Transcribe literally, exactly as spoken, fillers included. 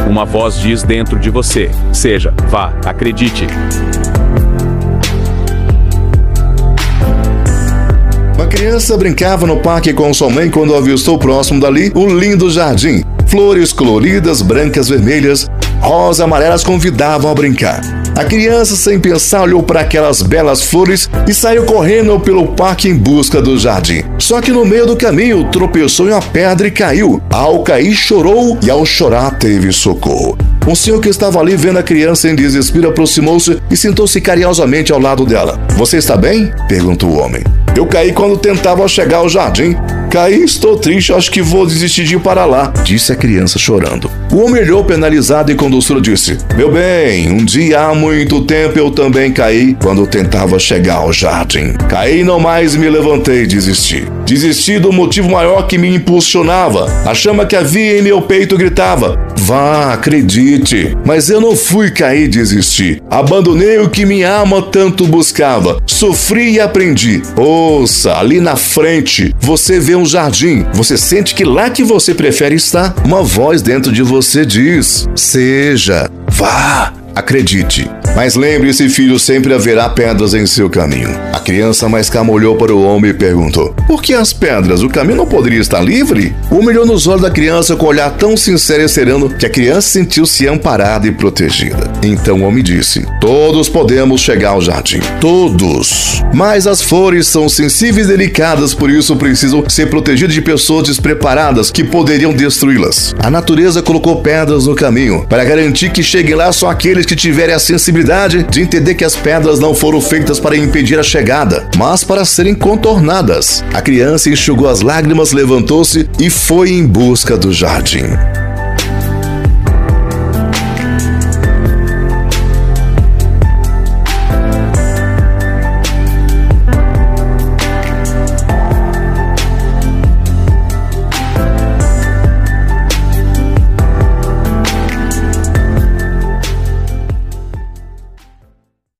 Uma voz diz dentro de você: seja, vá, acredite. Uma criança brincava no parque com sua mãe quando avistou próximo dali um lindo jardim. Flores coloridas, brancas, vermelhas, rosas, amarelas convidavam a brincar. A criança, sem pensar, olhou para aquelas belas flores e saiu correndo pelo parque em busca do jardim. Só que no meio do caminho tropeçou em uma pedra e caiu. Ao cair, chorou e ao chorar teve socorro. Um senhor que estava ali vendo a criança em desespero aproximou-se e sentou-se carinhosamente ao lado dela. "Você está bem?" perguntou o homem. "Eu caí quando tentava chegar ao jardim. Caí, estou triste, acho que vou desistir de ir para lá", disse a criança chorando. O homem olhou penalizado e com doçura disse: "Meu bem, um dia há muito tempo eu também caí quando tentava chegar ao jardim. Caí não mais e me levantei e desisti. Desisti do motivo maior que me impulsionava. A chama que havia em meu peito gritava: vá, acredite. Mas eu não fui cair e desistir. Abandonei o que minha alma tanto buscava. Sofri e aprendi. Ouça, ali na frente você vê um jardim. Você sente que lá que você prefere estar, uma voz dentro de você diz: seja, vá, acredite. Mas lembre-se, filho, sempre haverá pedras em seu caminho." A criança mais calma olhou para o homem e perguntou: "Por que as pedras? O caminho não poderia estar livre?" O homem olhou nos olhos da criança com um olhar tão sincero e sereno que a criança sentiu-se amparada e protegida. Então o homem disse: "Todos podemos chegar ao jardim. Todos. Mas as flores são sensíveis e delicadas, por isso precisam ser protegidas de pessoas despreparadas que poderiam destruí-las. A natureza colocou pedras no caminho para garantir que cheguem lá só aqueles que tiverem a sensibilidade de entender que as pedras não foram feitas para impedir a chegada, mas para serem contornadas." A criança enxugou as lágrimas, levantou-se e foi em busca do jardim.